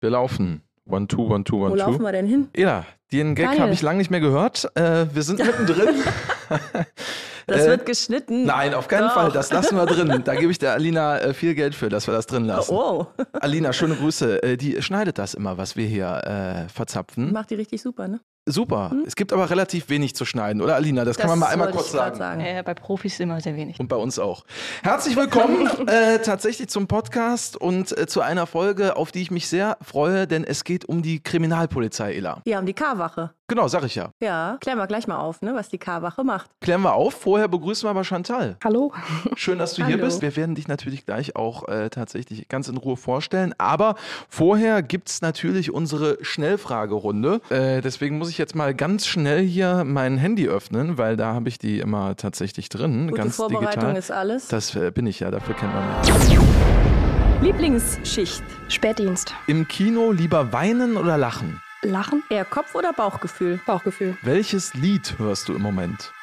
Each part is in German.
Wir laufen. 1, 2, 1, 2, 1, 2. Wo laufen wir denn hin? Ja, den Gag habe ich lange nicht mehr gehört. Wir sind mittendrin. Das wird geschnitten. Nein, auf keinen Fall. Das lassen wir drin. Da gebe ich der Alina viel Geld für, dass wir das drin lassen. Oh. Alina, schöne Grüße. Die schneidet das immer, was wir hier verzapfen. Macht die richtig super, ne? Super. Es gibt aber relativ wenig zu schneiden, oder Alina? Das kann man mal einmal kurz sagen. Bei Profis immer sehr wenig. Und bei uns auch. Herzlich willkommen tatsächlich zum Podcast und zu einer Folge, auf die ich mich sehr freue, denn es geht um die Kriminalpolizei, Ela. Ja, um die K-Wache. Genau, sag ich ja. Ja, klären wir gleich mal auf, ne, was die K-Wache macht. Klären wir auf. Vorher begrüßen wir aber Chantal. Hallo. Schön, dass du hier bist. Wir werden dich natürlich gleich auch tatsächlich ganz in Ruhe vorstellen. Aber vorher gibt es natürlich unsere Schnellfragerunde. Deswegen muss ich jetzt mal ganz schnell hier mein Handy öffnen, weil da habe ich die immer tatsächlich drin. Gute ganz Vorbereitung digital. Ist alles. Das bin ich ja, dafür kennt man mich. Lieblingsschicht. Spätdienst. Im Kino lieber weinen oder lachen? Lachen. Eher Kopf- oder Bauchgefühl? Bauchgefühl. Welches Lied hörst du im Moment?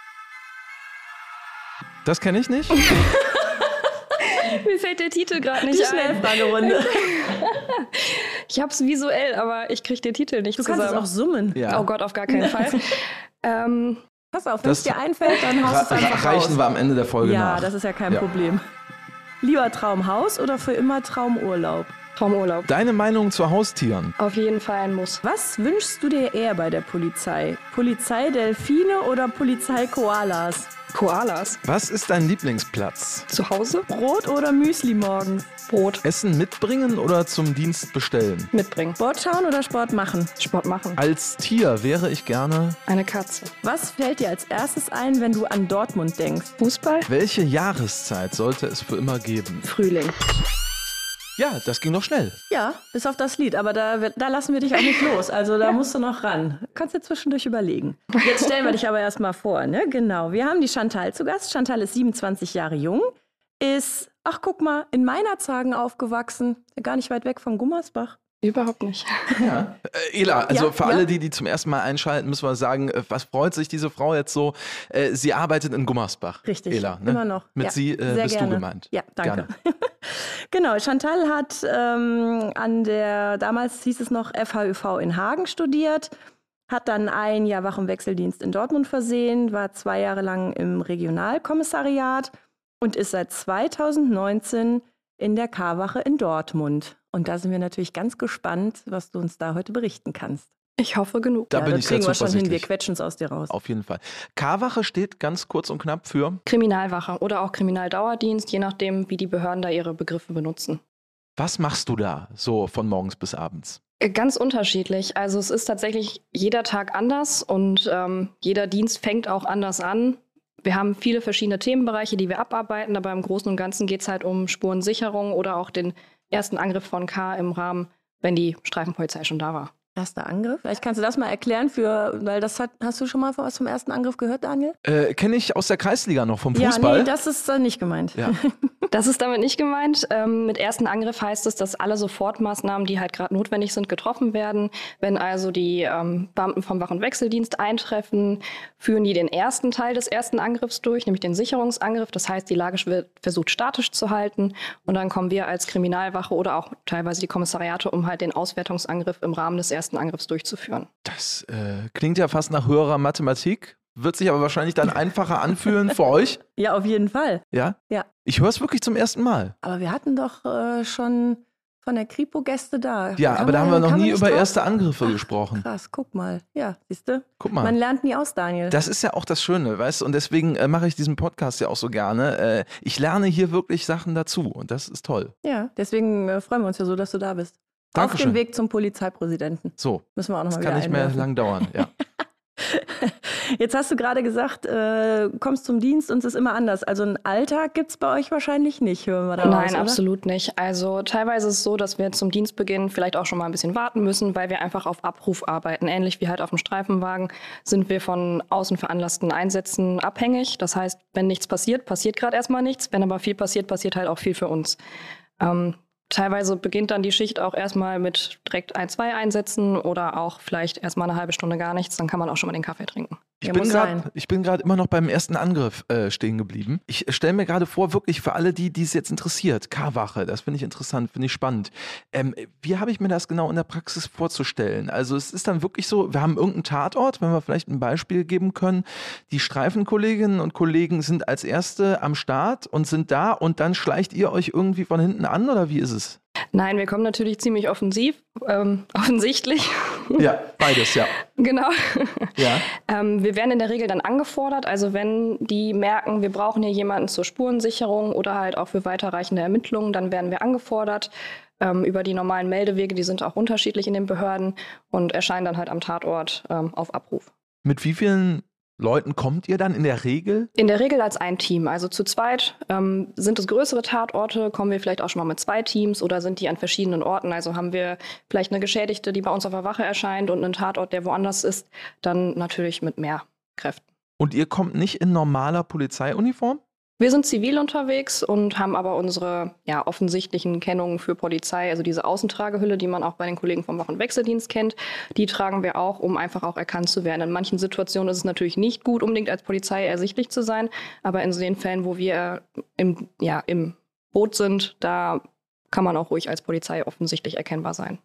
Das kenne ich nicht. Mir fällt der Titel gerade nicht Die ein. Schnellfragerunde. Ich hab's visuell, aber ich krieg den Titel nicht Du kannst es auch summen. Ja. Oh Gott, auf gar keinen Fall. Pass auf, wenn es dir einfällt, dann haust du es einfach Reichen raus. wir am Ende der Folge Ja, nach. das ist ja kein Problem. Lieber Traumhaus oder für immer Traumurlaub? Traumurlaub. Deine Meinung zu Haustieren? Auf jeden Fall ein Muss. Was wünschst du dir eher bei der Polizei? Polizei Delfine oder Polizei Koalas? Koalas. Was ist dein Lieblingsplatz? Zu Hause. Brot oder Müsli morgens? Brot. Essen mitbringen oder zum Dienst bestellen? Mitbringen. Sport schauen oder Sport machen? Sport machen. Als Tier wäre ich gerne. Eine Katze. Was fällt dir als erstes ein, wenn du an Dortmund denkst? Fußball. Welche Jahreszeit sollte es für immer geben? Frühling. Ja, das ging doch schnell. Ja, bis auf das Lied, aber da lassen wir dich auch nicht los. Also da musst du noch ran. Kannst dir zwischendurch überlegen. Jetzt stellen wir dich aber erstmal vor, ne? Genau. Wir haben die Chantal zu Gast. Chantal ist 27 Jahre jung, ist, ach guck mal, in Meinerzhagen aufgewachsen. Gar nicht weit weg von Gummersbach. Überhaupt nicht. Ja. Ela, also Ja, für alle, die zum ersten Mal einschalten, müssen wir sagen, was freut sich diese Frau jetzt so? Sie arbeitet in Gummersbach. Richtig, Ela, ne? immer noch. Mit Ja, sie sehr bist gerne. du gemeint. Ja, danke. Gerne. Genau, Chantal hat an der, damals hieß es noch FHÜV in Hagen studiert, hat dann ein Jahr Wach- und Wechseldienst in Dortmund versehen, war 2 Jahre lang im Regionalkommissariat und ist seit 2019 in der K-Wache in Dortmund. Und da sind wir natürlich ganz gespannt, was du uns da heute berichten kannst. Ich hoffe genug. Da bin das ich sehr kriegen wir schon hin, wir zuversichtlich. quetschen es aus dir raus. Auf jeden Fall. K-Wache steht ganz kurz und knapp für? Kriminalwache oder auch Kriminaldauerdienst, je nachdem, wie die Behörden da ihre Begriffe benutzen. Was machst du da so von morgens bis abends? Ganz unterschiedlich. Also es ist tatsächlich jeder Tag anders und jeder Dienst fängt auch anders an. Wir haben viele verschiedene Themenbereiche, die wir abarbeiten, aber im Großen und Ganzen geht es halt um Spurensicherung oder auch den ersten Angriff von K im Rahmen, wenn die Streifenpolizei schon da war. Erster Angriff? Vielleicht kannst du das mal erklären, weil hast du schon mal was vom ersten Angriff gehört, Daniel? Kenne ich aus der Kreisliga noch vom Fußball. Ja, nee, das ist nicht gemeint. Ja. Das ist damit nicht gemeint. Mit ersten Angriff heißt es, dass alle Sofortmaßnahmen, die halt gerade notwendig sind, getroffen werden. Wenn also die Beamten vom Wach- und Wechseldienst eintreffen, führen die den ersten Teil des ersten Angriffs durch, nämlich den Sicherungsangriff. Das heißt, die Lage wird versucht statisch zu halten. Und dann kommen wir als Kriminalwache oder auch teilweise die Kommissariate, um halt den Auswertungsangriff im Rahmen des ersten Angriffs durchzuführen. Das klingt ja fast nach höherer Mathematik, wird sich aber wahrscheinlich dann einfacher anfühlen für euch. Ja, auf jeden Fall. Ja? Ja. Ich höre es wirklich zum ersten Mal. Aber wir hatten doch schon von der Kripo Gäste da. Ja, aber da haben wir noch nie über erste Angriffe Ach, gesprochen. Krass, guck mal. Ja, siehst du? Guck mal. Man lernt nie aus, Daniel. Das ist ja auch das Schöne, weißt du? Und deswegen mache ich diesen Podcast ja auch so gerne. Ich lerne hier wirklich Sachen dazu und das ist toll. Ja, deswegen freuen wir uns ja so, dass du da bist. Dankeschön. Auf dem Weg zum Polizeipräsidenten. So, Müssen wir auch noch das mal kann wieder nicht mehr einwerfen. lang dauern. Ja. Jetzt hast du gerade gesagt, kommst zum Dienst und es ist immer anders. Also einen Alltag gibt es bei euch wahrscheinlich nicht, hören wir da raus, Nein, oder? absolut nicht. Also teilweise ist es so, dass wir zum Dienstbeginn vielleicht auch schon mal ein bisschen warten müssen, weil wir einfach auf Abruf arbeiten. Ähnlich wie halt auf dem Streifenwagen sind wir von außen veranlassten Einsätzen abhängig. Das heißt, wenn nichts passiert, passiert gerade erstmal nichts. Wenn aber viel passiert, passiert halt auch viel für uns. Teilweise beginnt dann die Schicht auch erstmal mit direkt 1, 2 Einsätzen oder auch vielleicht erstmal eine halbe Stunde gar nichts. Dann kann man auch schon mal den Kaffee trinken. Ich bin gerade immer noch beim ersten Angriff stehen geblieben. Ich stelle mir gerade vor, wirklich für alle, die es jetzt interessiert, K-Wache, das finde ich interessant, finde ich spannend. Wie habe ich mir das genau in der Praxis vorzustellen? Also es ist dann wirklich so, wir haben irgendeinen Tatort, wenn wir vielleicht ein Beispiel geben können. Die Streifenkolleginnen und Kollegen sind als Erste am Start und sind da und dann schleicht ihr euch irgendwie von hinten an oder wie ist es? Nein, wir kommen natürlich ziemlich offensichtlich. Ja, beides, ja. Genau. Ja. Wir werden in der Regel dann angefordert, also wenn die merken, wir brauchen hier jemanden zur Spurensicherung oder halt auch für weiterreichende Ermittlungen, dann werden wir angefordert über die normalen Meldewege, die sind auch unterschiedlich in den Behörden und erscheinen dann halt am Tatort auf Abruf. Mit wie vielen Leuten kommt ihr dann in der Regel? In der Regel als ein Team. Also zu zweit sind es größere Tatorte, kommen wir vielleicht auch schon mal mit 2 Teams oder sind die an verschiedenen Orten. Also haben wir vielleicht eine Geschädigte, die bei uns auf der Wache erscheint und einen Tatort, der woanders ist, dann natürlich mit mehr Kräften. Und ihr kommt nicht in normaler Polizeiuniform? Wir sind zivil unterwegs und haben aber unsere offensichtlichen Kennungen für Polizei, also diese Außentragehülle, die man auch bei den Kollegen vom Wach- und Wechseldienst kennt, die tragen wir auch, um einfach auch erkannt zu werden. In manchen Situationen ist es natürlich nicht gut, unbedingt als Polizei ersichtlich zu sein, aber in den Fällen, wo wir im Boot sind, da kann man auch ruhig als Polizei offensichtlich erkennbar sein.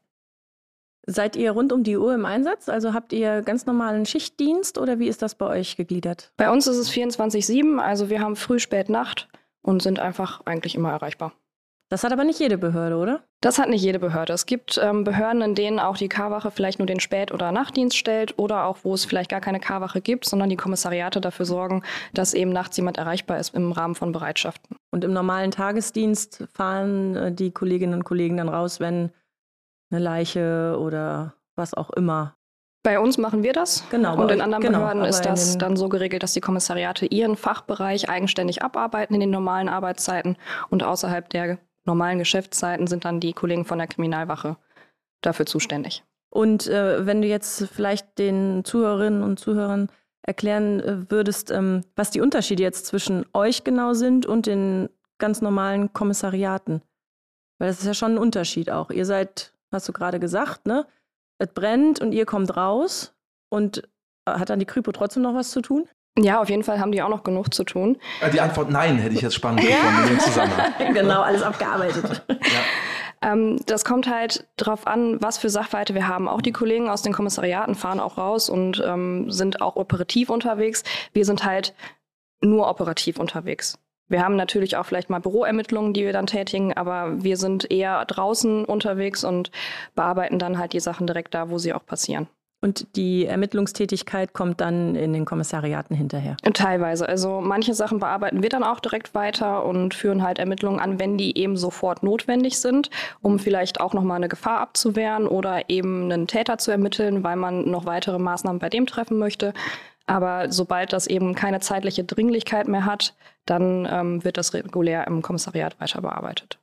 Seid ihr rund um die Uhr im Einsatz? Also habt ihr ganz normalen Schichtdienst oder wie ist das bei euch gegliedert? Bei uns ist es 24/7, also wir haben Früh-, Spät-, Nacht und sind einfach eigentlich immer erreichbar. Das hat aber nicht jede Behörde, oder? Das hat nicht jede Behörde. Es gibt Behörden, in denen auch die K-Wache vielleicht nur den Spät- oder Nachtdienst stellt oder auch, wo es vielleicht gar keine K-Wache gibt, sondern die Kommissariate dafür sorgen, dass eben nachts jemand erreichbar ist im Rahmen von Bereitschaften. Und im normalen Tagesdienst fahren die Kolleginnen und Kollegen dann raus, wenn eine Leiche oder was auch immer. Bei uns machen wir das. Genau. Und in anderen Behörden ist das dann so geregelt, dass die Kommissariate ihren Fachbereich eigenständig abarbeiten in den normalen Arbeitszeiten und außerhalb der normalen Geschäftszeiten sind dann die Kollegen von der Kriminalwache dafür zuständig. Und wenn du jetzt vielleicht den Zuhörerinnen und Zuhörern erklären würdest, was die Unterschiede jetzt zwischen euch genau sind und den ganz normalen Kommissariaten. Weil das ist ja schon ein Unterschied auch. Ihr seid, hast du gerade gesagt, ne? Es brennt und ihr kommt raus. Und hat dann die Kripo trotzdem noch was zu tun? Ja, auf jeden Fall haben die auch noch genug zu tun. Die Antwort nein, hätte ich jetzt spannend gefunden in dem Zusammenhang. Genau, alles abgearbeitet. Ja. Das kommt halt drauf an, was für Sachverhalte wir haben. Auch die Kollegen aus den Kommissariaten fahren auch raus und sind auch operativ unterwegs. Wir sind halt nur operativ unterwegs. Wir haben natürlich auch vielleicht mal Büroermittlungen, die wir dann tätigen, aber wir sind eher draußen unterwegs und bearbeiten dann halt die Sachen direkt da, wo sie auch passieren. Und die Ermittlungstätigkeit kommt dann in den Kommissariaten hinterher? Teilweise. Also manche Sachen bearbeiten wir dann auch direkt weiter und führen halt Ermittlungen an, wenn die eben sofort notwendig sind, um vielleicht auch nochmal eine Gefahr abzuwehren oder eben einen Täter zu ermitteln, weil man noch weitere Maßnahmen bei dem treffen möchte. Aber sobald das eben keine zeitliche Dringlichkeit mehr hat, dann wird das regulär im Kommissariat weiter bearbeitet.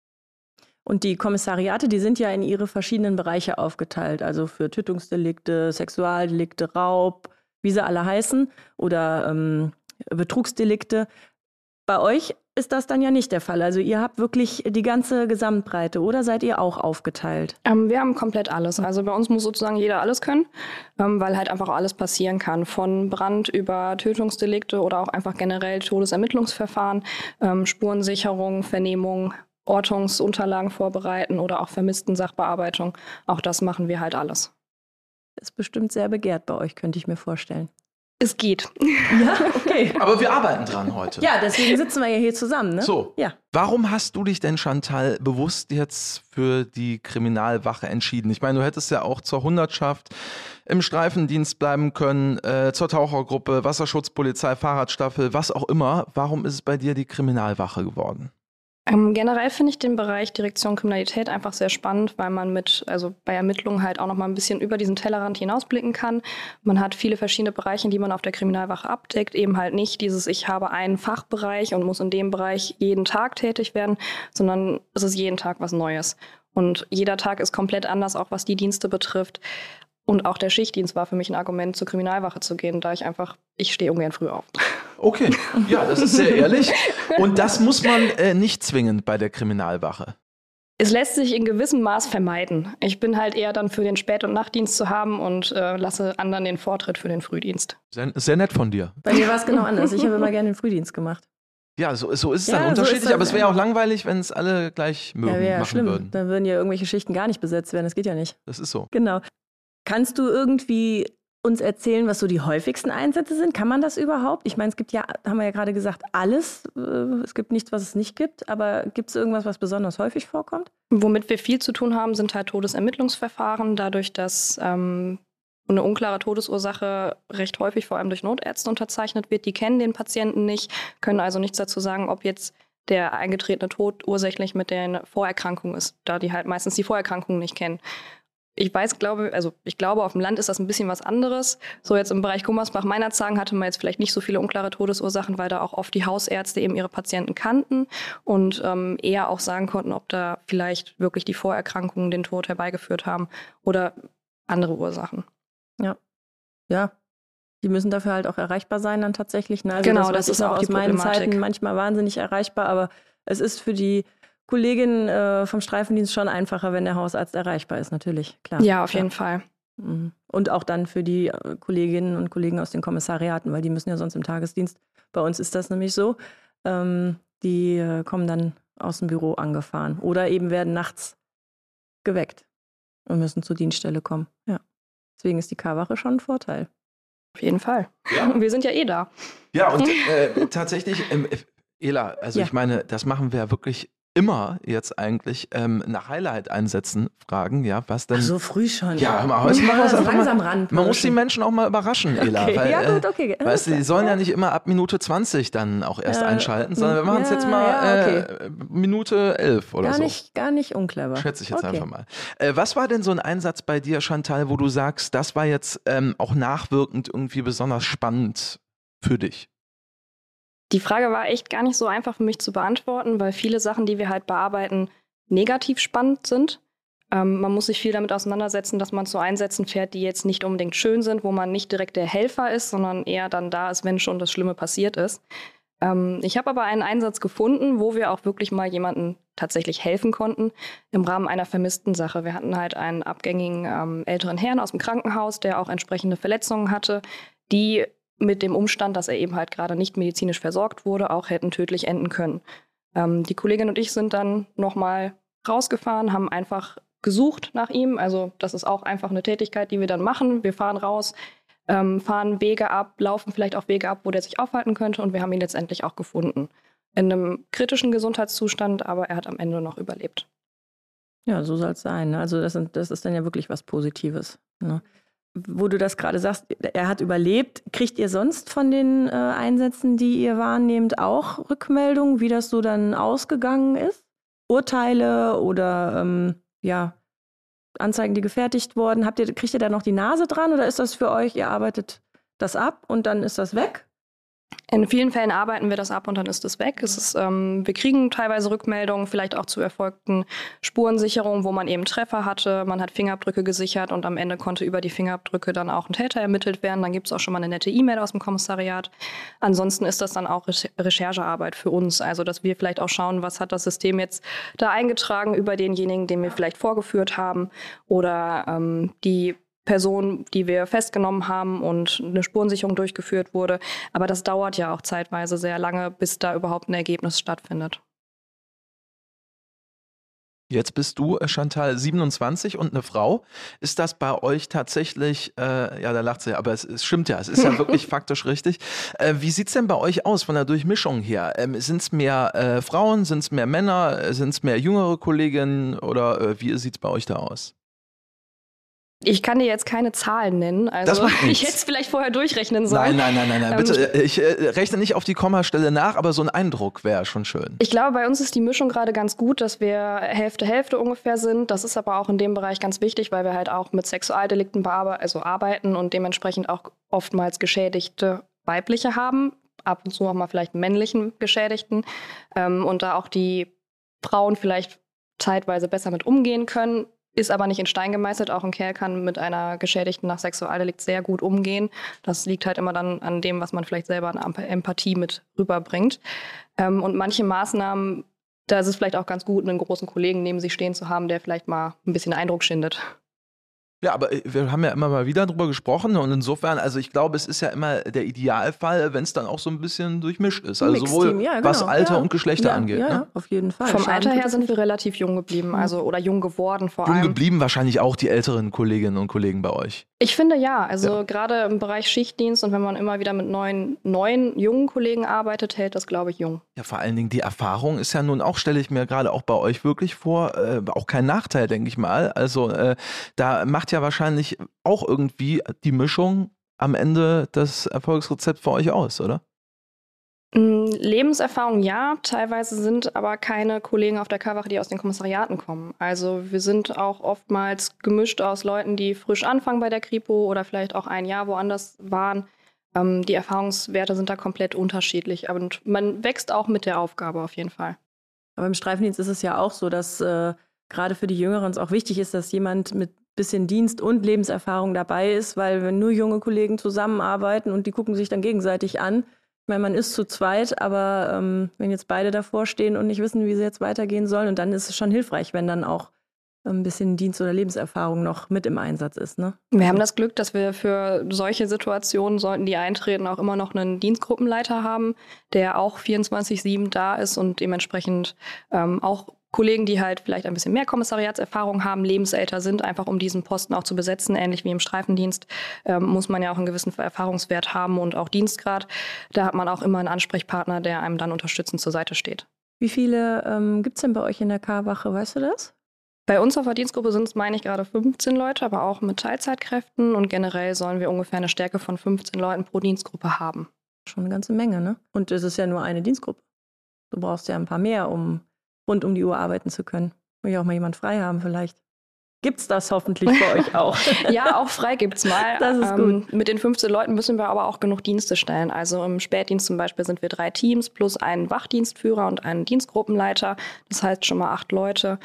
Und die Kommissariate, die sind ja in ihre verschiedenen Bereiche aufgeteilt, also für Tötungsdelikte, Sexualdelikte, Raub, wie sie alle heißen, oder Betrugsdelikte. Bei euch ist das dann ja nicht der Fall. Also ihr habt wirklich die ganze Gesamtbreite, oder seid ihr auch aufgeteilt? Wir haben komplett alles. Also bei uns muss sozusagen jeder alles können, weil halt einfach alles passieren kann. Von Brand über Tötungsdelikte oder auch einfach generell Todesermittlungsverfahren, Spurensicherung, Vernehmung, Ortungsunterlagen vorbereiten oder auch vermissten Sachbearbeitung. Auch das machen wir halt alles. Ist bestimmt sehr begehrt bei euch, könnte ich mir vorstellen. Es geht. Ja, okay. Aber wir arbeiten dran heute. Ja, deswegen sitzen wir ja hier zusammen, ne? So, ja. Warum hast du dich denn, Chantal, bewusst jetzt für die Kriminalwache entschieden? Ich meine, du hättest ja auch zur Hundertschaft im Streifendienst bleiben können, zur Tauchergruppe, Wasserschutzpolizei, Fahrradstaffel, was auch immer. Warum ist es bei dir die Kriminalwache geworden? Generell finde ich den Bereich Direktion Kriminalität einfach sehr spannend, weil man bei Ermittlungen halt auch noch mal ein bisschen über diesen Tellerrand hinausblicken kann. Man hat viele verschiedene Bereiche, die man auf der Kriminalwache abdeckt. Eben halt nicht ich habe einen Fachbereich und muss in dem Bereich jeden Tag tätig werden, sondern es ist jeden Tag was Neues. Und jeder Tag ist komplett anders, auch was die Dienste betrifft. Und auch der Schichtdienst war für mich ein Argument, zur Kriminalwache zu gehen, da ich stehe ungern früh auf. Okay, ja, das ist sehr ehrlich. Und das muss man nicht zwingend bei der Kriminalwache. Es lässt sich in gewissem Maß vermeiden. Ich bin halt eher dann für den Spät- und Nachtdienst zu haben und lasse anderen den Vortritt für den Frühdienst. Sehr nett von dir. Bei mir war es genau anders. Ich habe immer gerne den Frühdienst gemacht. Ja, so ist es dann unterschiedlich, so aber es wäre auch langweilig, wenn es alle gleich mögen, ja, machen schlimm. würden. Dann würden ja irgendwelche Schichten gar nicht besetzt werden, das geht ja nicht. Das ist so. Genau. Kannst du irgendwie uns erzählen, was so die häufigsten Einsätze sind? Kann man das überhaupt? Ich meine, es gibt ja, haben wir ja gerade gesagt, alles. Es gibt nichts, was es nicht gibt, aber gibt es irgendwas, was besonders häufig vorkommt? Womit wir viel zu tun haben, sind halt Todesermittlungsverfahren, dadurch, dass eine unklare Todesursache recht häufig vor allem durch Notärzte unterzeichnet wird. Die kennen den Patienten nicht, können also nichts dazu sagen, ob jetzt der eingetretene Tod ursächlich mit den Vorerkrankungen ist, da die halt meistens die Vorerkrankungen nicht kennen. Ich glaube, auf dem Land ist das ein bisschen was anderes. So jetzt im Bereich Gummersbach-Meinerzhagen hatte man jetzt vielleicht nicht so viele unklare Todesursachen, weil da auch oft die Hausärzte eben ihre Patienten kannten und eher auch sagen konnten, ob da vielleicht wirklich die Vorerkrankungen den Tod herbeigeführt haben oder andere Ursachen. Ja. Die müssen dafür halt auch erreichbar sein dann tatsächlich. Ne? Also genau, das ist auch auch aus die meinen Problematik. Zeiten manchmal wahnsinnig erreichbar, aber es ist für die Kollegin vom Streifendienst schon einfacher, wenn der Hausarzt erreichbar ist, natürlich, klar. Ja, auf jeden Fall. Und auch dann für die Kolleginnen und Kollegen aus den Kommissariaten, weil die müssen ja sonst im Tagesdienst, bei uns ist das nämlich so, die kommen dann aus dem Büro angefahren oder eben werden nachts geweckt und müssen zur Dienststelle kommen. Ja. Deswegen ist die K-Wache schon ein Vorteil. Auf jeden Fall. Ja. Wir sind ja eh da. Ja, und tatsächlich, Ela, also ich meine, das machen wir ja wirklich immer jetzt eigentlich nach Highlight-Einsätzen fragen, ja, was denn? Ach, so früh schon. Ja, hör mal, heute machen wir es einfach langsam mal. ran. Man muss die Menschen auch mal überraschen, Ela. Okay. Weil, Ja, gut, okay. Weißt du, die sollen ja nicht immer ab Minute 20 dann auch erst einschalten, sondern wir machen es jetzt mal Minute 11 oder so. Gar nicht unclever. Schätze ich jetzt einfach mal. Was war denn so ein Einsatz bei dir, Chantal, wo du sagst, das war jetzt auch nachwirkend irgendwie besonders spannend für dich? Die Frage war echt gar nicht so einfach für mich zu beantworten, weil viele Sachen, die wir halt bearbeiten, negativ spannend sind. Man muss sich viel damit auseinandersetzen, dass man zu Einsätzen fährt, die jetzt nicht unbedingt schön sind, wo man nicht direkt der Helfer ist, sondern eher dann da ist, wenn schon das Schlimme passiert ist. Ich habe aber einen Einsatz gefunden, wo wir auch wirklich mal jemandem tatsächlich helfen konnten im Rahmen einer vermissten Sache. Wir hatten halt einen abgängigen älteren Herrn aus dem Krankenhaus, der auch entsprechende Verletzungen hatte, die mit dem Umstand, dass er eben halt gerade nicht medizinisch versorgt wurde, auch hätten tödlich enden können. Die Kollegin und ich sind dann nochmal rausgefahren, haben einfach gesucht nach ihm. Also das ist auch einfach eine Tätigkeit, die wir dann machen. Wir fahren raus, fahren Wege ab, laufen vielleicht auch Wege ab, wo der sich aufhalten könnte. Und wir haben ihn letztendlich auch gefunden. In einem kritischen Gesundheitszustand, aber er hat am Ende noch überlebt. Ja, so soll es sein. Ne? Also das ist dann ja wirklich was Positives. Ne? Wo du das gerade sagst, er hat überlebt. Kriegt ihr sonst von den Einsätzen, die ihr wahrnehmt, auch Rückmeldungen, wie das so dann ausgegangen ist? Urteile oder Anzeigen, die gefertigt wurden? Kriegt ihr da noch die Nase dran oder ist das für euch, ihr arbeitet das ab und dann ist das weg? In vielen Fällen arbeiten wir das ab und dann ist es weg. Wir kriegen teilweise Rückmeldungen, vielleicht auch zu erfolgten Spurensicherungen, wo man eben Treffer hatte. Man hat Fingerabdrücke gesichert und am Ende konnte über die Fingerabdrücke dann auch ein Täter ermittelt werden. Dann gibt es auch schon mal eine nette E-Mail aus dem Kommissariat. Ansonsten ist das dann auch Recherchearbeit für uns. Also, dass wir vielleicht auch schauen, was hat das System jetzt da eingetragen über denjenigen, den wir vielleicht vorgeführt haben oder die Person, die wir festgenommen haben und eine Spurensicherung durchgeführt wurde. Aber das dauert ja auch zeitweise sehr lange, bis da überhaupt ein Ergebnis stattfindet. Jetzt bist du, Chantal, 27 und eine Frau. Ist das bei euch tatsächlich, ja, da lacht sie, aber es stimmt ja, es ist ja wirklich faktisch richtig. Wie sieht es denn bei euch aus von der Durchmischung her? Sind es mehr Frauen, sind es mehr Männer, sind es mehr jüngere Kolleginnen oder wie sieht es bei euch da aus? Ich kann dir jetzt keine Zahlen nennen, also ich hätte es vielleicht vorher durchrechnen sollen. Nein, bitte, ich rechne nicht auf die Kommastelle nach, aber so ein Eindruck wäre schon schön. Ich glaube, bei uns ist die Mischung gerade ganz gut, dass wir Hälfte ungefähr sind. Das ist aber auch in dem Bereich ganz wichtig, weil wir halt auch mit Sexualdelikten arbeiten und dementsprechend auch oftmals geschädigte Weibliche haben, ab und zu auch mal vielleicht männlichen Geschädigten und da auch die Frauen vielleicht zeitweise besser mit umgehen können. Ist aber nicht in Stein gemeißelt. Auch ein Kerl kann mit einer Geschädigten nach Sexualdelikt sehr gut umgehen. Das liegt halt immer dann an dem, was man vielleicht selber an Empathie mit rüberbringt. Und manche Maßnahmen da ist es vielleicht auch ganz gut, einen großen Kollegen neben sich stehen zu haben, der vielleicht mal ein bisschen Eindruck schindet. Ja, aber wir haben ja immer mal wieder drüber gesprochen und insofern, also ich glaube, es ist ja immer der Idealfall, wenn es dann auch so ein bisschen durchmischt ist. Also sowohl was Alter und Geschlechter angeht. Ja, ne? Auf jeden Fall. Vom Alter her sind wir relativ jung geblieben, also oder jung geworden vor allem. Jung geblieben wahrscheinlich auch die älteren Kolleginnen und Kollegen bei euch. Ich finde ja, also gerade im Bereich Schichtdienst und wenn man immer wieder mit neuen jungen Kollegen arbeitet, hält das, glaube ich, jung. Ja, vor allen Dingen die Erfahrung ist ja nun auch, stelle ich mir gerade auch bei euch wirklich vor, auch kein Nachteil, denke ich mal. Also da macht ja wahrscheinlich auch irgendwie die Mischung am Ende das Erfolgsrezept für euch aus, oder? Lebenserfahrung ja, teilweise sind aber keine Kollegen auf der K-Wache, die aus den Kommissariaten kommen. Also wir sind auch oftmals gemischt aus Leuten, die frisch anfangen bei der Kripo oder vielleicht auch ein Jahr woanders waren. Die Erfahrungswerte sind da komplett unterschiedlich, aber man wächst auch mit der Aufgabe auf jeden Fall. Aber im Streifendienst ist es ja auch so, dass gerade für die Jüngeren es auch wichtig ist, dass jemand mit bisschen Dienst und Lebenserfahrung dabei ist, weil wenn nur junge Kollegen zusammenarbeiten und die gucken sich dann gegenseitig an, ich meine, man ist zu zweit, aber wenn jetzt beide davor stehen und nicht wissen, wie sie jetzt weitergehen sollen, und dann ist es schon hilfreich, wenn dann auch ein bisschen Dienst- oder Lebenserfahrung noch mit im Einsatz ist. Ne? Wir haben das Glück, dass wir für solche Situationen, sollten die eintreten, auch immer noch einen Dienstgruppenleiter haben, der auch 24/7 da ist und dementsprechend auch Kollegen, die halt vielleicht ein bisschen mehr Kommissariatserfahrung haben, lebensälter sind, einfach um diesen Posten auch zu besetzen, ähnlich wie im Streifendienst, muss man ja auch einen gewissen Erfahrungswert haben und auch Dienstgrad. Da hat man auch immer einen Ansprechpartner, der einem dann unterstützend zur Seite steht. Wie viele gibt es denn bei euch in der K-Wache, weißt du das? Bei uns auf der Dienstgruppe sind es, meine ich, gerade 15 Leute, aber auch mit Teilzeitkräften und generell sollen wir ungefähr eine Stärke von 15 Leuten pro Dienstgruppe haben. Schon eine ganze Menge, ne? Und es ist ja nur eine Dienstgruppe. Du brauchst ja ein paar mehr, um rund um die Uhr arbeiten zu können. Will ja auch mal jemand frei haben vielleicht. Gibt's das hoffentlich bei euch auch? Ja, auch frei gibt's mal. Das ist gut. Mit den 15 Leuten müssen wir aber auch genug Dienste stellen. Also im Spätdienst zum Beispiel sind wir 3 Teams plus einen Wachdienstführer und einen Dienstgruppenleiter. Das heißt schon mal 8 Leute,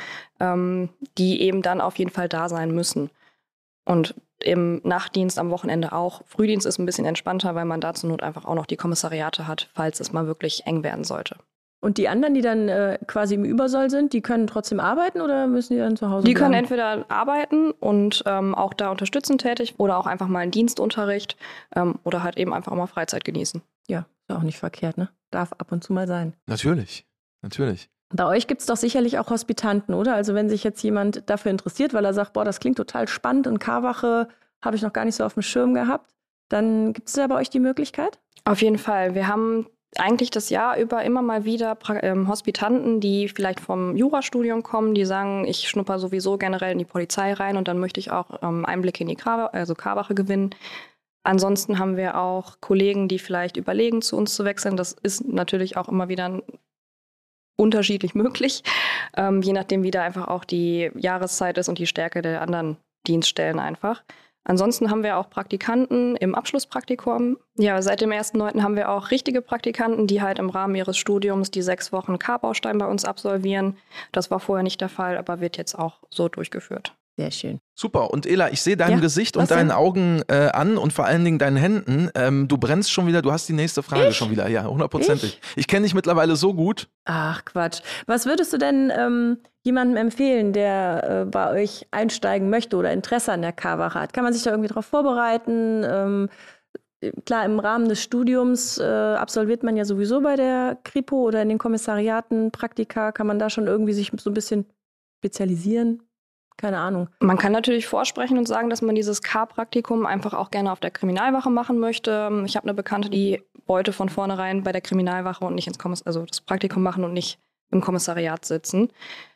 die eben dann auf jeden Fall da sein müssen. Und im Nachtdienst am Wochenende auch. Frühdienst ist ein bisschen entspannter, weil man da zur Not einfach auch noch die Kommissariate hat, falls es mal wirklich eng werden sollte. Und die anderen, die dann quasi im Übersoll sind, die können trotzdem arbeiten oder müssen die dann zu Hause bleiben? Die können entweder arbeiten und auch da unterstützend tätig oder auch einfach mal einen Dienstunterricht oder halt eben einfach auch mal Freizeit genießen. Ja, ist auch nicht verkehrt, ne? Darf ab und zu mal sein. Natürlich, natürlich. Bei euch gibt es doch sicherlich auch Hospitanten, oder? Also wenn sich jetzt jemand dafür interessiert, weil er sagt, boah, das klingt total spannend und K-Wache habe ich noch gar nicht so auf dem Schirm gehabt, dann gibt es da bei euch die Möglichkeit? Auf jeden Fall. Wir haben eigentlich das Jahr über immer mal wieder Hospitanten, die vielleicht vom Jurastudium kommen, die sagen, ich schnupper sowieso generell in die Polizei rein und dann möchte ich auch Einblicke in die K-Wache gewinnen. Ansonsten haben wir auch Kollegen, die vielleicht überlegen, zu uns zu wechseln. Das ist natürlich auch immer wieder unterschiedlich möglich, je nachdem, wie da einfach auch die Jahreszeit ist und die Stärke der anderen Dienststellen einfach. Ansonsten haben wir auch Praktikanten im Abschlusspraktikum. Ja, seit dem 1.9. haben wir auch richtige Praktikanten, die halt im Rahmen ihres Studiums die 6 Wochen K-Baustein bei uns absolvieren. Das war vorher nicht der Fall, aber wird jetzt auch so durchgeführt. Sehr schön. Super. Und Ela, ich sehe dein Gesicht und deinen Augen an und vor allen Dingen deinen Händen. Du brennst schon wieder, du hast die nächste Frage schon wieder. Ja, 100%. Ich kenne dich mittlerweile so gut. Ach, Quatsch. Was würdest du denn jemandem empfehlen, der bei euch einsteigen möchte oder Interesse an der K-Wache hat? Kann man sich da irgendwie drauf vorbereiten? Klar, im Rahmen des Studiums absolviert man ja sowieso bei der Kripo oder in den Kommissariaten Praktika. Kann man da schon irgendwie sich so ein bisschen spezialisieren? Keine Ahnung. Man kann natürlich vorsprechen und sagen, dass man dieses K-Praktikum einfach auch gerne auf der Kriminalwache machen möchte. Ich habe eine Bekannte, die wollte von vornherein bei der Kriminalwache und nicht also das Praktikum machen und nicht im Kommissariat sitzen.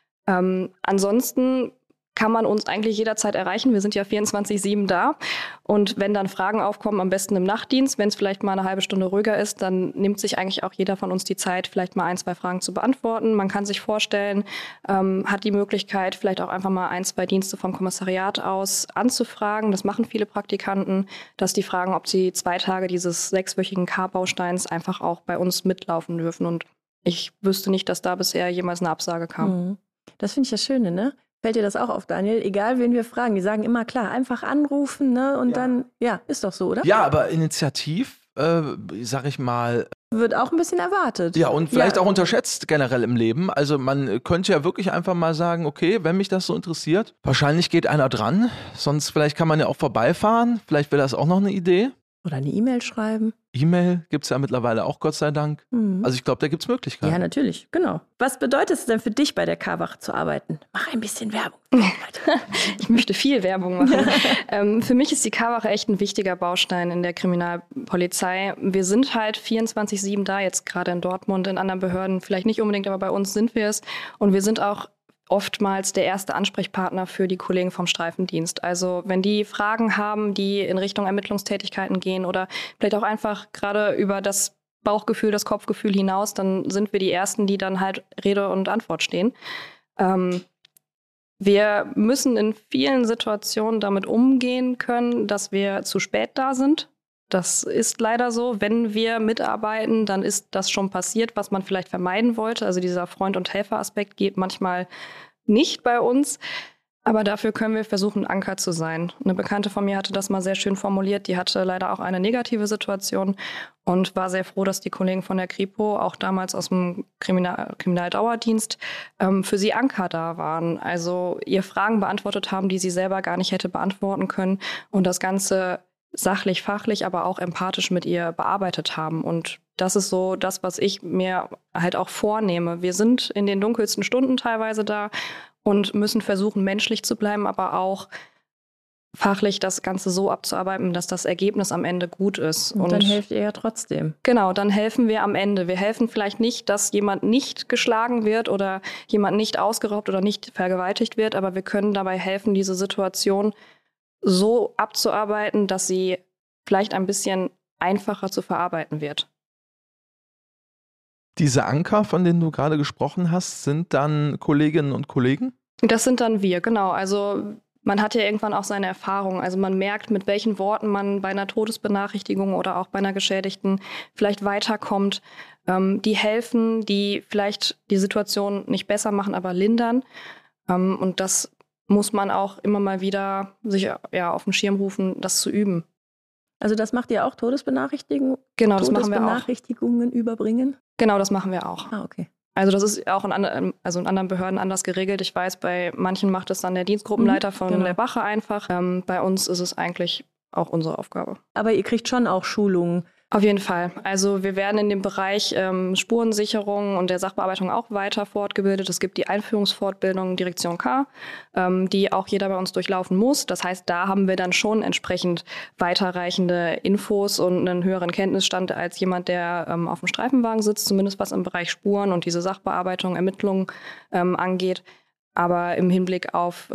Ansonsten kann man uns eigentlich jederzeit erreichen. Wir sind ja 24/7 da. Und wenn dann Fragen aufkommen, am besten im Nachtdienst, wenn es vielleicht mal eine halbe Stunde ruhiger ist, dann nimmt sich eigentlich auch jeder von uns die Zeit, vielleicht mal 1, 2 Fragen zu beantworten. Man kann sich vorstellen, hat die Möglichkeit, vielleicht auch einfach mal 1, 2 Dienste vom Kommissariat aus anzufragen. Das machen viele Praktikanten, dass die fragen, ob sie 2 Tage dieses 6-wöchigen K-Bausteins einfach auch bei uns mitlaufen dürfen. Und ich wüsste nicht, dass da bisher jemals eine Absage kam. Das finde ich das Schöne, ne? Fällt dir das auch auf, Daniel? Egal, wen wir fragen, die sagen immer, klar, einfach anrufen, ne? Und dann, ja, ist doch so, oder? Ja, aber initiativ sag ich mal, wird auch ein bisschen erwartet. ja, und vielleicht auch unterschätzt generell im Leben. Also man könnte ja wirklich einfach mal sagen, okay, wenn mich das so interessiert, wahrscheinlich geht einer dran, sonst vielleicht kann man ja auch vorbeifahren, vielleicht wäre das auch noch eine Idee. Oder eine E-Mail schreiben. E-Mail gibt es ja mittlerweile auch, Gott sei Dank. Also ich glaube, da gibt es Möglichkeiten. Ja, natürlich, genau. Was bedeutet es denn für dich, bei der K-Wache zu arbeiten? Mach ein bisschen Werbung. Ich möchte viel Werbung machen. Für mich ist die K-Wache echt ein wichtiger Baustein in der Kriminalpolizei. Wir sind halt 24/7 da, jetzt gerade in Dortmund, in anderen Behörden vielleicht nicht unbedingt, aber bei uns sind wir es. Und wir sind auch oftmals der erste Ansprechpartner für die Kollegen vom Streifendienst. Also wenn die Fragen haben, die in Richtung Ermittlungstätigkeiten gehen oder vielleicht auch einfach gerade über das Bauchgefühl, das Kopfgefühl hinaus, dann sind wir die Ersten, die dann halt Rede und Antwort stehen. Wir müssen in vielen Situationen damit umgehen können, dass wir zu spät da sind. Das ist leider so. Wenn wir mitarbeiten, dann ist das schon passiert, was man vielleicht vermeiden wollte. Also dieser Freund- und Helfer-Aspekt geht manchmal nicht bei uns. Aber dafür können wir versuchen, Anker zu sein. Eine Bekannte von mir hatte das mal sehr schön formuliert. Die hatte leider auch eine negative Situation und war sehr froh, dass die Kollegen von der Kripo, auch damals aus dem Kriminaldauerdienst, für sie Anker da waren. Also ihr Fragen beantwortet haben, die sie selber gar nicht hätte beantworten können. Und das Ganze sachlich, fachlich, aber auch empathisch mit ihr bearbeitet haben. Und das ist so das, was ich mir halt auch vornehme. Wir sind in den dunkelsten Stunden teilweise da und müssen versuchen, menschlich zu bleiben, aber auch fachlich das Ganze so abzuarbeiten, dass das Ergebnis am Ende gut ist. Und dann helft ihr ja trotzdem. Genau, dann helfen wir am Ende. Wir helfen vielleicht nicht, dass jemand nicht geschlagen wird oder jemand nicht ausgeraubt oder nicht vergewaltigt wird, aber wir können dabei helfen, diese Situation so abzuarbeiten, dass sie vielleicht ein bisschen einfacher zu verarbeiten wird. Diese Anker, von denen du gerade gesprochen hast, sind dann Kolleginnen und Kollegen? Das sind dann wir, genau. Also man hat ja irgendwann auch seine Erfahrungen. Also man merkt, mit welchen Worten man bei einer Todesbenachrichtigung oder auch bei einer Geschädigten vielleicht weiterkommt. Die helfen, die vielleicht die Situation nicht besser machen, aber lindern. Und das muss man auch immer mal wieder sich auf den Schirm rufen, das zu üben. Also das macht ihr auch, Todesbenachrichtigungen? Genau, das machen wir auch. Todesbenachrichtigungen überbringen? Genau, das machen wir auch. Ah, okay. Also das ist auch in anderen Behörden anders geregelt. Ich weiß, bei manchen macht es dann der Dienstgruppenleiter von der Wache einfach. Bei uns ist es eigentlich auch unsere Aufgabe. Aber ihr kriegt schon auch Schulungen? Auf jeden Fall. Also wir werden in dem Bereich Spurensicherung und der Sachbearbeitung auch weiter fortgebildet. Es gibt die Einführungsfortbildung Direktion K, die auch jeder bei uns durchlaufen muss. Das heißt, da haben wir dann schon entsprechend weiterreichende Infos und einen höheren Kenntnisstand als jemand, der auf dem Streifenwagen sitzt, zumindest was im Bereich Spuren und diese Sachbearbeitung, Ermittlungen angeht. Aber im Hinblick auf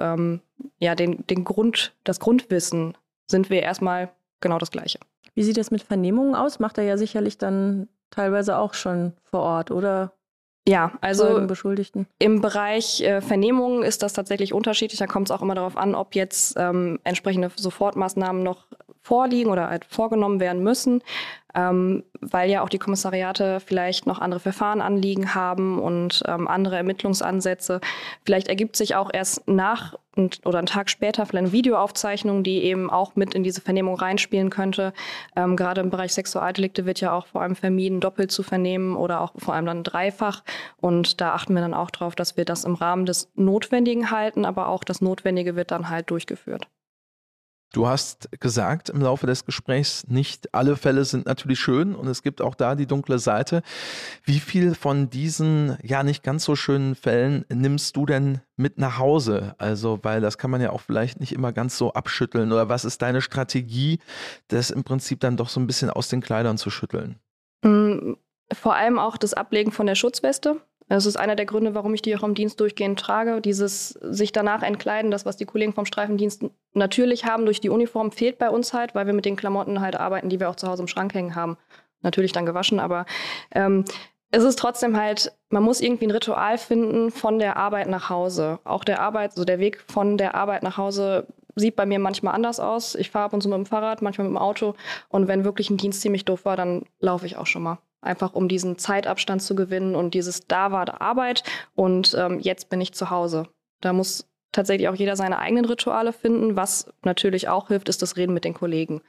das Grundwissen sind wir erstmal genau das Gleiche. Wie sieht das mit Vernehmungen aus? Macht er ja sicherlich dann teilweise auch schon vor Ort, oder? Ja, also Beschuldigten. Im Bereich Vernehmungen ist das tatsächlich unterschiedlich. Da kommt es auch immer darauf an, ob jetzt entsprechende Sofortmaßnahmen noch vorliegen oder halt vorgenommen werden müssen, weil ja auch die Kommissariate vielleicht noch andere Verfahren anliegen haben und andere Ermittlungsansätze. Vielleicht ergibt sich auch erst oder einen Tag später vielleicht eine Videoaufzeichnung, die eben auch mit in diese Vernehmung reinspielen könnte. Gerade im Bereich Sexualdelikte wird ja auch vor allem vermieden, doppelt zu vernehmen oder auch vor allem dann dreifach. Und da achten wir dann auch drauf, dass wir das im Rahmen des Notwendigen halten, aber auch das Notwendige wird dann halt durchgeführt. Du hast gesagt im Laufe des Gesprächs, nicht alle Fälle sind natürlich schön und es gibt auch da die dunkle Seite. Wie viel von diesen ja nicht ganz so schönen Fällen nimmst du denn mit nach Hause? Also, weil das kann man ja auch vielleicht nicht immer ganz so abschütteln. Oder was ist deine Strategie, das im Prinzip dann doch so ein bisschen aus den Kleidern zu schütteln? Vor allem auch das Ablegen von der Schutzweste. Das ist einer der Gründe, warum ich die auch im Dienst durchgehend trage. Dieses sich danach entkleiden, das, was die Kollegen vom Streifendienst natürlich haben durch die Uniform, fehlt bei uns halt, weil wir mit den Klamotten halt arbeiten, die wir auch zu Hause im Schrank hängen haben. Natürlich dann gewaschen, aber es ist trotzdem halt, man muss irgendwie ein Ritual finden von der Arbeit nach Hause. Auch der Weg von der Arbeit nach Hause sieht bei mir manchmal anders aus. Ich fahre ab und zu mit dem Fahrrad, manchmal mit dem Auto. Und wenn wirklich ein Dienst ziemlich doof war, dann laufe ich auch schon mal. Einfach um diesen Zeitabstand zu gewinnen und da war der Arbeit und jetzt bin ich zu Hause. Da muss tatsächlich auch jeder seine eigenen Rituale finden. Was natürlich auch hilft, ist das Reden mit den Kollegen.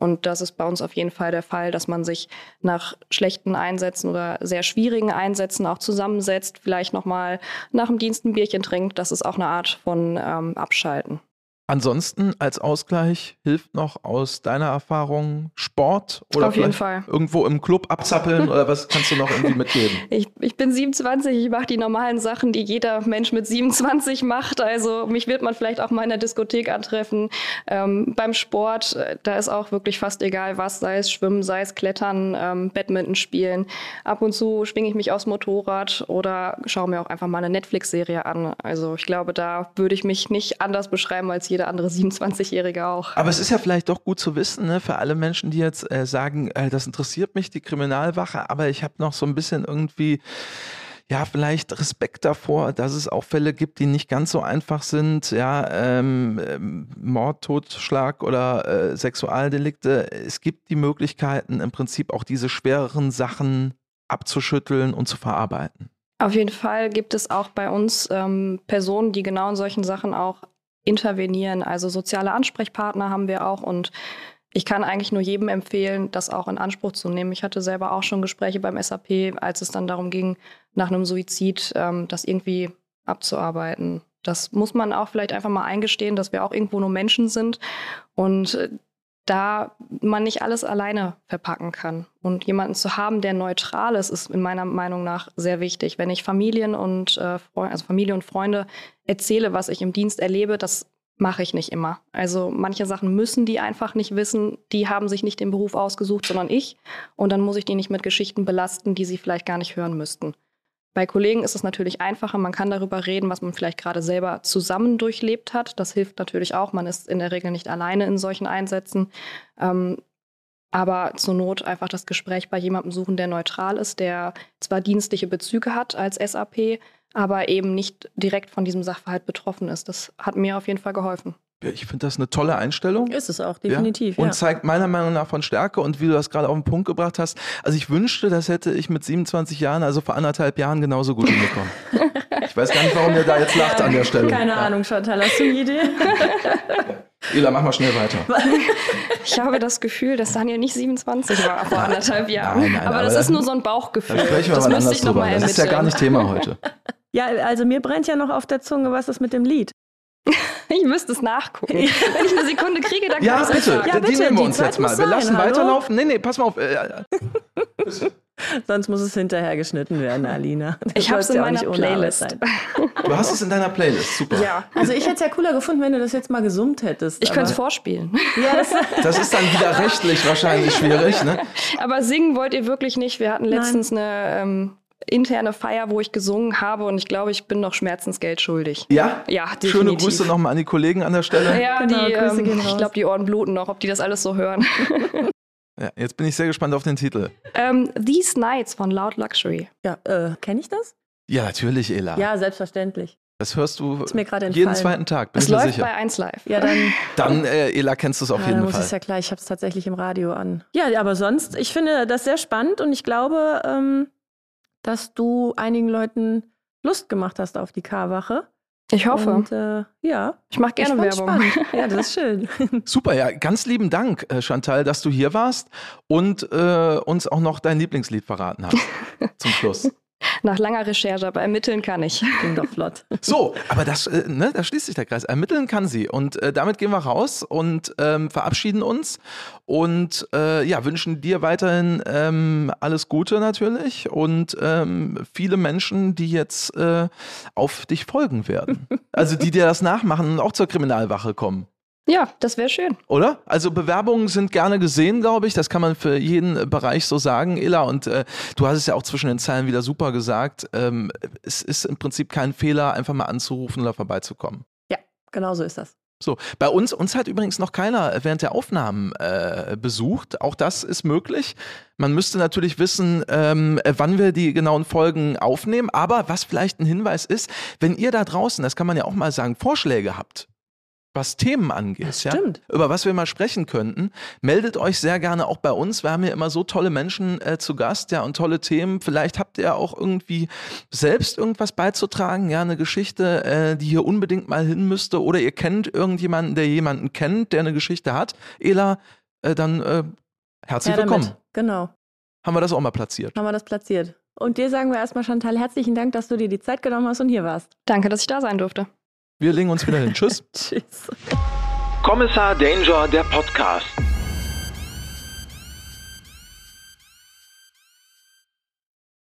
Und das ist bei uns auf jeden Fall der Fall, dass man sich nach schlechten Einsätzen oder sehr schwierigen Einsätzen auch zusammensetzt, vielleicht nochmal nach dem Dienst ein Bierchen trinkt. Das ist auch eine Art von Abschalten. Ansonsten als Ausgleich hilft noch aus deiner Erfahrung Sport oder auf jeden Fall irgendwo im Club abzappeln oder was kannst du noch irgendwie mitgeben? Ich bin 27, ich mache die normalen Sachen, die jeder Mensch mit 27 macht. Also mich wird man vielleicht auch mal in der Diskothek antreffen. Beim Sport, da ist auch wirklich fast egal was, sei es Schwimmen, sei es Klettern, Badminton spielen. Ab und zu schwinge ich mich aufs Motorrad oder schaue mir auch einfach mal eine Netflix-Serie an. Also ich glaube, da würde ich mich nicht anders beschreiben als jeder andere 27-Jährige auch. Aber es ist ja vielleicht doch gut zu wissen, ne, für alle Menschen, die jetzt sagen, das interessiert mich, die Kriminalwache, aber ich habe noch so ein bisschen irgendwie, ja, vielleicht Respekt davor, dass es auch Fälle gibt, die nicht ganz so einfach sind, ja, Mord, Totschlag oder Sexualdelikte. Es gibt die Möglichkeiten, im Prinzip auch diese schwereren Sachen abzuschütteln und zu verarbeiten. Auf jeden Fall gibt es auch bei uns Personen, die genau in solchen Sachen auch intervenieren. Also soziale Ansprechpartner haben wir auch und ich kann eigentlich nur jedem empfehlen, das auch in Anspruch zu nehmen. Ich hatte selber auch schon Gespräche beim SAP, als es dann darum ging, nach einem Suizid das irgendwie abzuarbeiten. Das muss man auch vielleicht einfach mal eingestehen, dass wir auch irgendwo nur Menschen sind und da man nicht alles alleine verpacken kann. Und jemanden zu haben, der neutral ist in meiner Meinung nach sehr wichtig. Wenn ich Familie und Freunde erzähle, was ich im Dienst erlebe, das mache ich nicht immer. Also manche Sachen müssen die einfach nicht wissen. Die haben sich nicht den Beruf ausgesucht, sondern ich. Und dann muss ich die nicht mit Geschichten belasten, die sie vielleicht gar nicht hören müssten. Bei Kollegen ist es natürlich einfacher. Man kann darüber reden, was man vielleicht gerade selber zusammen durchlebt hat. Das hilft natürlich auch. Man ist in der Regel nicht alleine in solchen Einsätzen. Aber zur Not einfach das Gespräch bei jemandem suchen, der neutral ist, der zwar dienstliche Bezüge hat als SAP, aber eben nicht direkt von diesem Sachverhalt betroffen ist. Das hat mir auf jeden Fall geholfen. Ich finde das eine tolle Einstellung. Ist es auch, definitiv. Ja? Und zeigt meiner Meinung nach von Stärke und wie du das gerade auf den Punkt gebracht hast. Also ich wünschte, das hätte ich mit 27 Jahren, also vor 1,5 Jahren genauso gut hinbekommen. Ich weiß gar nicht, warum ihr da jetzt lacht an der Stelle. Keine Ahnung, Chantal, hast du eine Idee? Ela, mach mal schnell weiter. Ich habe das Gefühl, dass Daniel nicht 27 war vor 1,5 Jahren. Nein, aber das ist nur so ein Bauchgefühl. Da sprechen wir das mal müsste anders ich noch drüber. mal Das ist ja gar nicht Thema heute. Ja, also mir brennt ja noch auf der Zunge, was ist mit dem Lied? Ich müsste es nachgucken. Wenn ich eine Sekunde kriege, dann kann ja, ich es bitte. sagen. Die nehmen wir uns Zeit jetzt mal. muss Wir lassen sein, weiterlaufen. Nee, pass mal auf. Sonst muss es hinterher geschnitten werden, Alina. Ich habe es in meiner Playlist. Du hast es in deiner Playlist, super. Ja. Also ich hätte es ja cooler gefunden, wenn du das jetzt mal gesummt hättest. Ich könnte es vorspielen. Ja, das ist dann wieder rechtlich wahrscheinlich schwierig, ne? Aber singen wollt ihr wirklich nicht. Wir hatten letztens eine interne Feier, wo ich gesungen habe und ich glaube, ich bin noch Schmerzensgeld schuldig. Ja? Ja, definitiv. Schöne Grüße nochmal an die Kollegen an der Stelle. Ja, genau, ich glaube, die Ohren bluten noch, ob die das alles so hören. Ja, jetzt bin ich sehr gespannt auf den Titel. These Nights von Loud Luxury. Ja, kenne ich das? Ja, natürlich, Ela. Ja, selbstverständlich. Das hörst du ist mir gerade jeden zweiten Tag, bin es ich mir läuft sicher. bei 1 Live. Ja, dann Ela, kennst du es auf jeden dann muss Fall. es ja klar, ich habe es tatsächlich im Radio an. Ja, aber sonst, ich finde das sehr spannend und ich glaube, dass du einigen Leuten Lust gemacht hast auf die K-Wache. Ich hoffe. Und ja. Ich mache gerne Werbung. Spannend. Ja, das ist schön. Super, ja, ganz lieben Dank, Chantal, dass du hier warst und uns auch noch dein Lieblingslied verraten hast. Zum Schluss. Nach langer Recherche, aber ermitteln kann ich. Ging doch flott. So, aber da schließt sich der Kreis. Ermitteln kann sie. Und damit gehen wir raus und verabschieden uns und wünschen dir weiterhin alles Gute natürlich und viele Menschen, die jetzt auf dich folgen werden. Also die dir das nachmachen und auch zur Kriminalwache kommen. Ja, das wäre schön. Oder? Also Bewerbungen sind gerne gesehen, glaube ich. Das kann man für jeden Bereich so sagen, Ela. Und du hast es ja auch zwischen den Zeilen wieder super gesagt. Es ist im Prinzip kein Fehler, einfach mal anzurufen oder vorbeizukommen. Ja, genau so ist das. So, bei uns hat übrigens noch keiner während der Aufnahmen besucht. Auch das ist möglich. Man müsste natürlich wissen, wann wir die genauen Folgen aufnehmen. Aber was vielleicht ein Hinweis ist, wenn ihr da draußen, das kann man ja auch mal sagen, Vorschläge habt, was Themen angeht, stimmt. Ja, über was wir mal sprechen könnten, meldet euch sehr gerne auch bei uns. Wir haben hier immer so tolle Menschen zu Gast, ja, und tolle Themen. Vielleicht habt ihr auch irgendwie selbst irgendwas beizutragen, ja, eine Geschichte, die hier unbedingt mal hin müsste, oder ihr kennt irgendjemanden, der jemanden kennt, der eine Geschichte hat. Ela, dann herzlich willkommen. Genau. Haben wir das auch mal platziert. Haben wir das platziert. Und dir sagen wir erstmal, Chantal, herzlichen Dank, dass du dir die Zeit genommen hast und hier warst. Danke, dass ich da sein durfte. Wir legen uns wieder hin. Tschüss. Tschüss. Kommissar Danger, der Podcast.